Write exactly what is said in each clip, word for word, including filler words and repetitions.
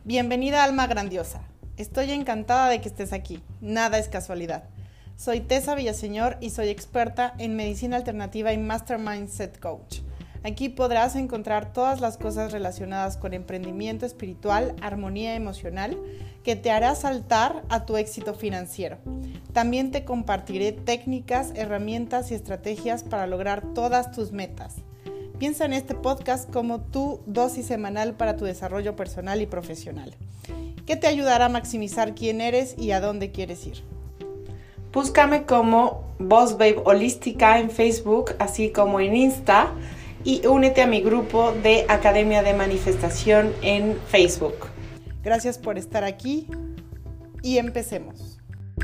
Bienvenida Alma Grandiosa. Estoy encantada de que estés aquí. Nada es casualidad. Soy Tessa Villaseñor y soy experta en medicina alternativa y Master Mindset Coach. Aquí podrás encontrar todas las cosas relacionadas con emprendimiento espiritual, armonía emocional, que te hará saltar a tu éxito financiero. También te compartiré técnicas, herramientas y estrategias para lograr todas tus metas. Piensa en este podcast como tu dosis semanal para tu desarrollo personal y profesional, que te ayudará a maximizar quién eres y a dónde quieres ir. Búscame como Boss Babe Holística en Facebook, así como en Insta, y únete a mi grupo de Academia de Manifestación en Facebook. Gracias por estar aquí y empecemos.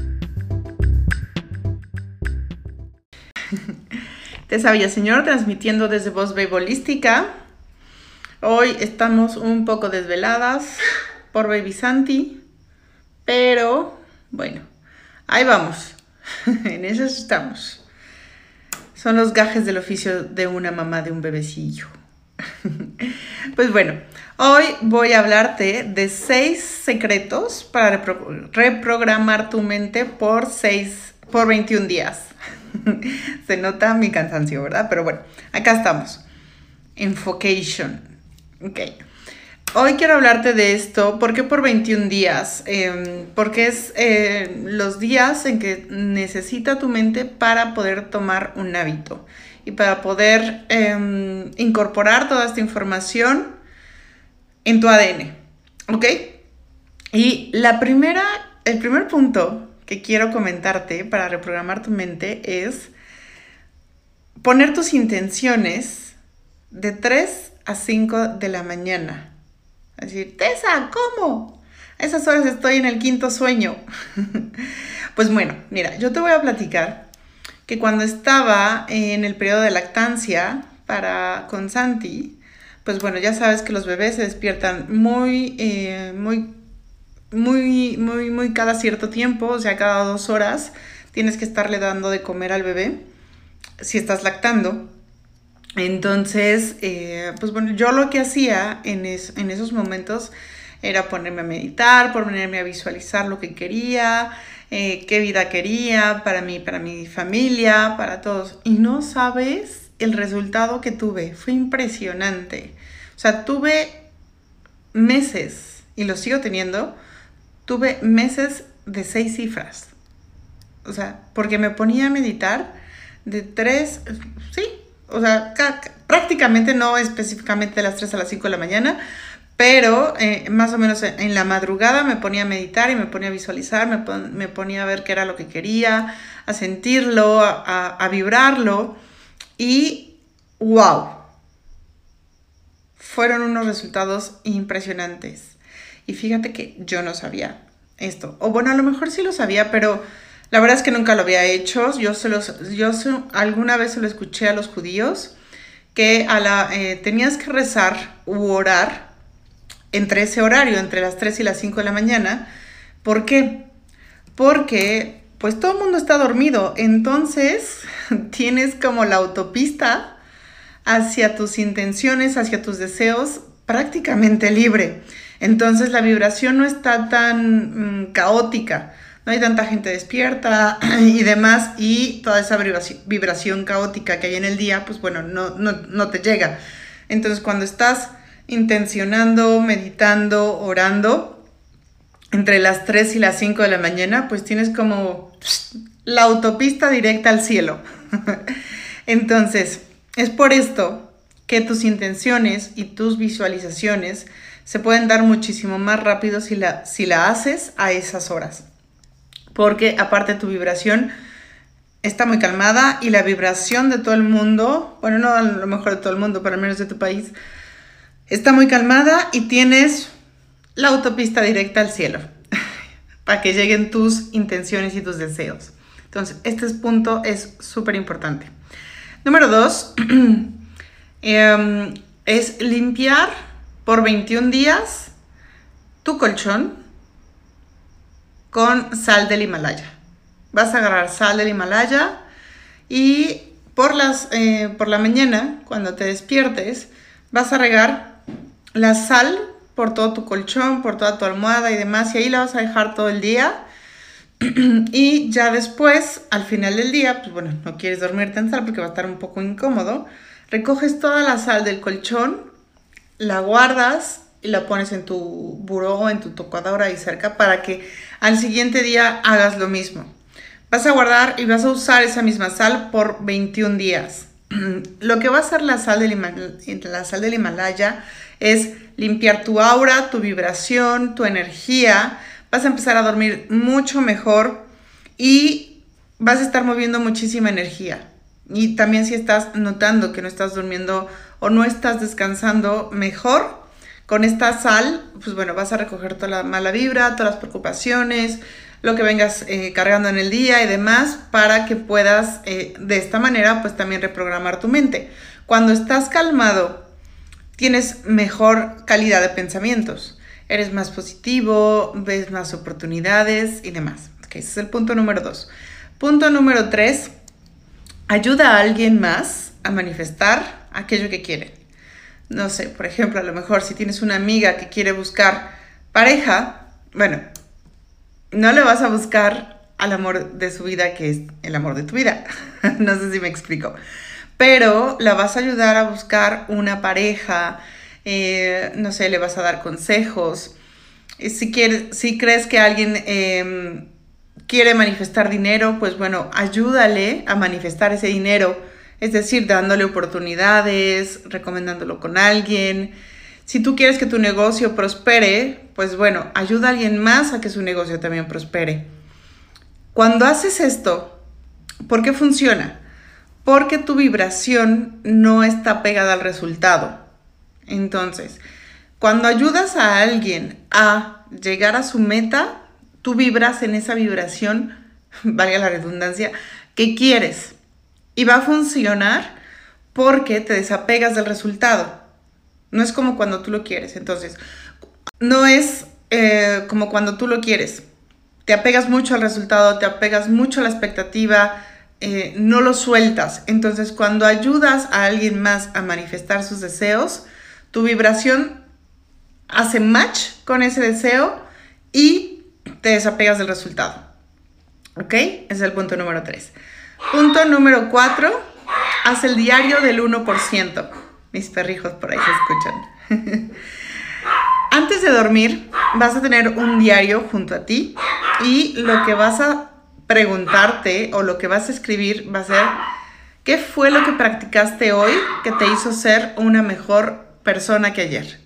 Tessa Villaseñor transmitiendo desde Boss Babe Holística. Hoy estamos un poco desveladas por Baby Santi, pero bueno, ahí vamos, en eso estamos. Son los gajes del oficio de una mamá de un bebecillo. Pues bueno, hoy voy a hablarte de seis secretos para repro- reprogramar tu mente por seis, por veintiún días. Se nota mi cansancio, ¿verdad? Pero bueno, acá estamos. Enfocation. Ok. Hoy quiero hablarte de esto. ¿Por qué por veintiún días? Eh, porque es eh, los días en que necesita tu mente para poder tomar un hábito y para poder eh, incorporar toda esta información en tu A D N. ¿Ok? Y la primera, el primer punto que quiero comentarte para reprogramar tu mente es poner tus intenciones de tres a cinco de la mañana. Es decir, Tessa, ¿cómo? A esas horas estoy en el quinto sueño. Pues bueno, mira, yo te voy a platicar que cuando estaba en el periodo de lactancia para con Santi, pues bueno, ya sabes que los bebés se despiertan muy, eh, muy Muy, muy, muy cada cierto tiempo, o sea, cada dos horas tienes que estarle dando de comer al bebé si estás lactando. Entonces, eh, pues bueno, yo lo que hacía en, es, en esos momentos era ponerme a meditar, ponerme a visualizar lo que quería, eh, qué vida quería para mí, para mi familia, para todos. Y no sabes el resultado que tuve, fue impresionante. O sea, tuve meses, y lo sigo teniendo, tuve meses de seis cifras. O sea, porque me ponía a meditar de tres, sí, o sea, ca- prácticamente no específicamente de las tres a las cinco de la mañana, pero eh, más o menos en la madrugada me ponía a meditar y me ponía a visualizar, me, pon, me ponía a ver qué era lo que quería, a sentirlo, a, a, a vibrarlo y ¡wow! Fueron unos resultados impresionantes. Y fíjate que yo no sabía esto. O bueno, a lo mejor sí lo sabía, pero la verdad es que nunca lo había hecho. Yo, se los, yo se, alguna vez se lo escuché a los judíos, que a la, eh, tenías que rezar u orar entre ese horario, entre las tres y las cinco de la mañana. ¿Por qué? Porque pues todo el mundo está dormido. Entonces tienes como la autopista hacia tus intenciones, hacia tus deseos, prácticamente libre. Entonces la vibración no está tan mmm, caótica, no hay tanta gente despierta y demás, y toda esa vibración, vibración caótica que hay en el día, pues bueno, no, no, no te llega. Entonces cuando estás intencionando, meditando, orando, entre las tres y las cinco de la mañana, pues tienes como la autopista directa al cielo. Entonces, es por esto que tus intenciones y tus visualizaciones se pueden dar muchísimo más rápido si la, si la haces a esas horas. Porque aparte tu vibración está muy calmada y la vibración de todo el mundo, bueno, no a lo mejor de todo el mundo, pero al menos de tu país, está muy calmada y tienes la autopista directa al cielo para que lleguen tus intenciones y tus deseos. Entonces, este punto es súper importante. Número dos, eh, es limpiar por veintiún días tu colchón con sal del Himalaya. Vas a agarrar sal del Himalaya y por, las, eh, por la mañana, cuando te despiertes, vas a regar la sal por todo tu colchón, por toda tu almohada y demás, y ahí la vas a dejar todo el día. Y ya después, al final del día, pues bueno, no quieres dormirte en sal porque va a estar un poco incómodo, recoges toda la sal del colchón, la guardas y la pones en tu buró o en tu tocadora ahí cerca para que al siguiente día hagas lo mismo. Vas a guardar y vas a usar esa misma sal por veintiún días. Lo que va a hacer la sal del Himalaya, la sal del Himalaya es limpiar tu aura, tu vibración, tu energía. Vas a empezar a dormir mucho mejor y vas a estar moviendo muchísima energía. Y también si estás notando que no estás durmiendo o no estás descansando mejor, con esta sal, pues bueno, vas a recoger toda la mala vibra, todas las preocupaciones, lo que vengas eh, cargando en el día y demás, para que puedas eh, de esta manera pues también reprogramar tu mente. Cuando estás calmado, tienes mejor calidad de pensamientos. Eres más positivo, ves más oportunidades y demás. Okay, ese es el punto número dos. Punto número tres, ayuda a alguien más a manifestar aquello que quiere. No sé, por ejemplo, a lo mejor si tienes una amiga que quiere buscar pareja, bueno, no le vas a buscar al amor de su vida, que es el amor de tu vida. No sé si me explico. Pero la vas a ayudar a buscar una pareja. Eh, no sé, le vas a dar consejos. Si, quieres, si crees que alguien eh, quiere manifestar dinero, pues bueno, ayúdale a manifestar ese dinero, es decir, dándole oportunidades, recomendándolo con alguien. Si tú quieres que tu negocio prospere, pues bueno, ayuda a alguien más a que su negocio también prospere. Cuando haces esto, ¿por qué funciona? Porque tu vibración no está pegada al resultado. Entonces, cuando ayudas a alguien a llegar a su meta, tú vibras en esa vibración, valga la redundancia, que quieres. Y va a funcionar porque te desapegas del resultado. No es como cuando tú lo quieres. Entonces, no es eh, como cuando tú lo quieres. Te apegas mucho al resultado, te apegas mucho a la expectativa, eh, no lo sueltas. Entonces, cuando ayudas a alguien más a manifestar sus deseos, tu vibración hace match con ese deseo y te desapegas del resultado. ¿Ok? Ese es el punto número tres. Punto número cuatro. Haz el diario del uno por ciento. Mis perrijos por ahí se escuchan. Antes de dormir, vas a tener un diario junto a ti y lo que vas a preguntarte o lo que vas a escribir va a ser: ¿qué fue lo que practicaste hoy que te hizo ser una mejor persona que ayer?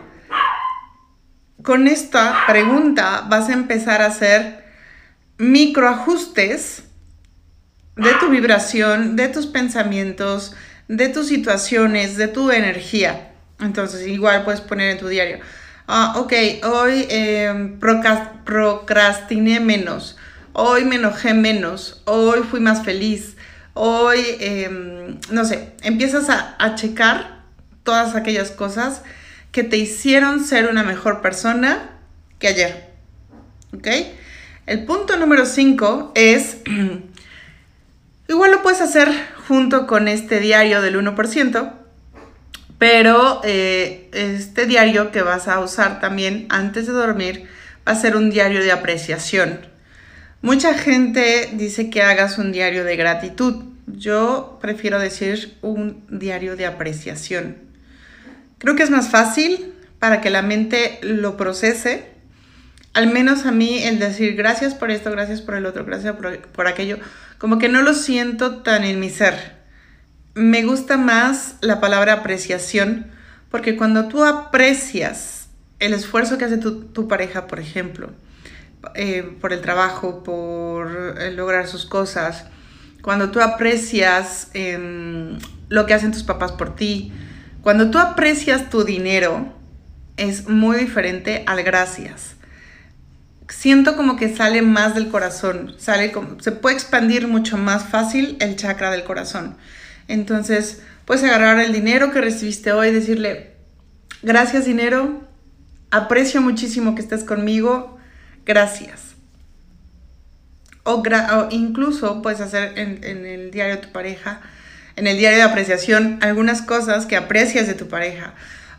Con esta pregunta vas a empezar a hacer microajustes de tu vibración, de tus pensamientos, de tus situaciones, de tu energía. Entonces igual puedes poner en tu diario: ah, ok, hoy eh, procrastiné menos, hoy me enojé menos, hoy fui más feliz, hoy, eh, no sé, empiezas a, a checar todas aquellas cosas que te hicieron ser una mejor persona que ayer. ¿Ok? El punto número cinco es, igual lo puedes hacer junto con este diario del uno por ciento, pero eh, este diario que vas a usar también antes de dormir va a ser un diario de apreciación. Mucha gente dice que hagas un diario de gratitud. Yo prefiero decir un diario de apreciación. Creo que es más fácil para que la mente lo procese. Al menos a mí el decir gracias por esto, gracias por el otro, gracias por, por aquello, como que no lo siento tan en mi ser. Me gusta más la palabra apreciación, porque cuando tú aprecias el esfuerzo que hace tu, tu pareja, por ejemplo, eh, por el trabajo, por eh, lograr sus cosas, cuando tú aprecias eh, lo que hacen tus papás por ti, cuando tú aprecias tu dinero, es muy diferente al gracias. Siento como que sale más del corazón, sale como, se puede expandir mucho más fácil el chakra del corazón. Entonces, puedes agarrar el dinero que recibiste hoy y decirle: gracias, dinero, aprecio muchísimo que estés conmigo, gracias. O, gra- o incluso puedes hacer en, en el diario de tu pareja, en el diario de apreciación, algunas cosas que aprecias de tu pareja.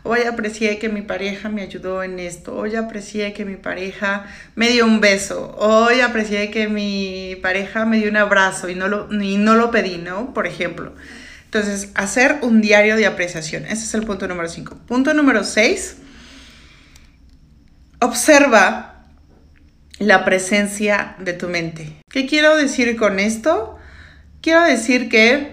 Hoy aprecié que mi pareja me ayudó en esto. Hoy aprecié que mi pareja me dio un beso. Hoy aprecié que mi pareja me dio un abrazo y no lo, y no lo pedí, ¿no? Por ejemplo. Entonces, hacer un diario de apreciación. Ese es el punto número cinco. Punto número seis. Observa la presencia de tu mente. ¿Qué quiero decir con esto? Quiero decir que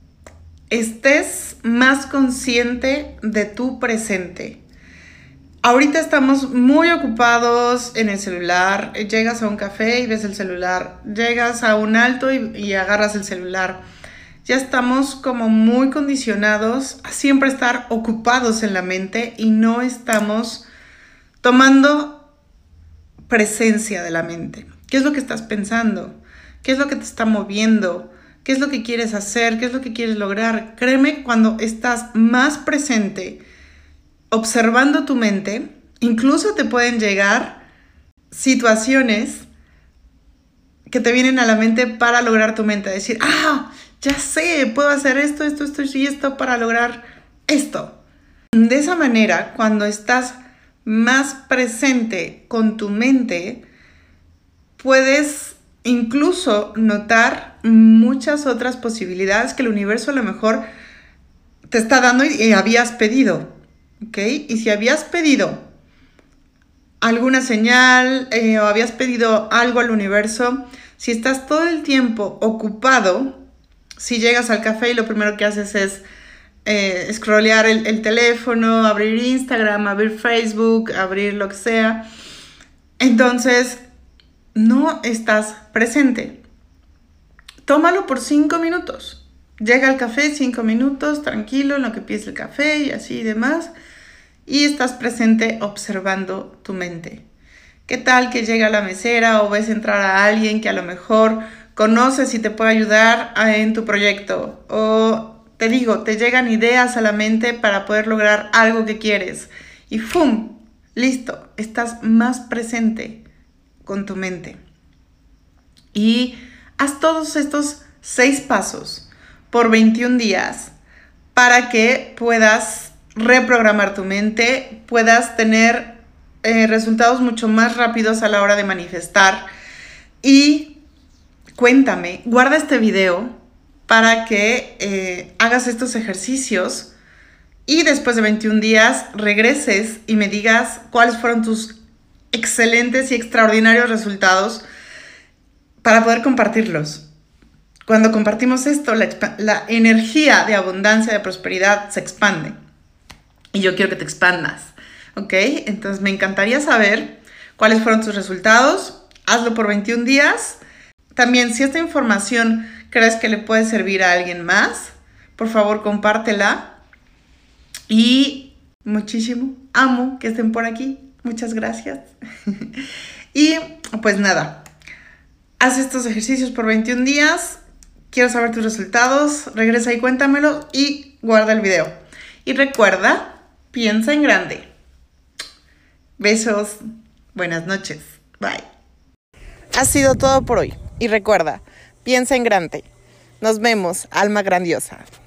estés más consciente de tu presente. Ahorita estamos muy ocupados en el celular. Llegas a un café y ves el celular. Llegas a un alto y, y agarras el celular. Ya estamos como muy condicionados a siempre estar ocupados en la mente y no estamos tomando presencia de la mente. ¿Qué es lo que estás pensando? ¿Qué es lo que te está moviendo? ¿Qué es lo que quieres hacer? ¿Qué es lo que quieres lograr? Créeme, cuando estás más presente, observando tu mente, incluso te pueden llegar situaciones que te vienen a la mente para lograr tu mente. Decir, ah, ya sé, puedo hacer esto, esto, esto y esto para lograr esto. De esa manera, cuando estás más presente con tu mente, puedes incluso notar muchas otras posibilidades que el universo a lo mejor te está dando y, y habías pedido, ¿ok? Y si habías pedido alguna señal eh, o habías pedido algo al universo, si estás todo el tiempo ocupado, si llegas al café y lo primero que haces es Eh, scrollear el, el teléfono, abrir Instagram, abrir Facebook, abrir lo que sea, entonces no estás presente. Tómalo por cinco minutos. Llega al café cinco minutos, tranquilo, en lo que pides el café y así y demás, y estás presente observando tu mente. ¿Qué tal que llega la mesera o ves entrar a alguien que a lo mejor conoces y te puede ayudar en tu proyecto? O te digo, te llegan ideas a la mente para poder lograr algo que quieres. Y ¡fum! Listo, estás más presente con tu mente. Y haz todos estos seis pasos por veintiún días para que puedas reprogramar tu mente, puedas tener eh, resultados mucho más rápidos a la hora de manifestar. Y cuéntame, guarda este video para que eh, hagas estos ejercicios y después de veintiún días regreses y me digas cuáles fueron tus excelentes y extraordinarios resultados para poder compartirlos. Cuando compartimos esto, la, la energía de abundancia, de prosperidad se expande. Y yo quiero que te expandas, ¿ok? Entonces me encantaría saber cuáles fueron tus resultados. Hazlo por veintiún días. También, si esta información crees que le puede servir a alguien más, por favor compártela. Y muchísimo amo que estén por aquí. Muchas gracias. Y pues nada, haz estos ejercicios por veintiún días. Quiero saber tus resultados. Regresa y cuéntamelo y guarda el video. Y recuerda, piensa en grande. Besos. Buenas noches. Bye. Ha sido todo por hoy. Y recuerda, piensa en grande. Nos vemos, alma grandiosa.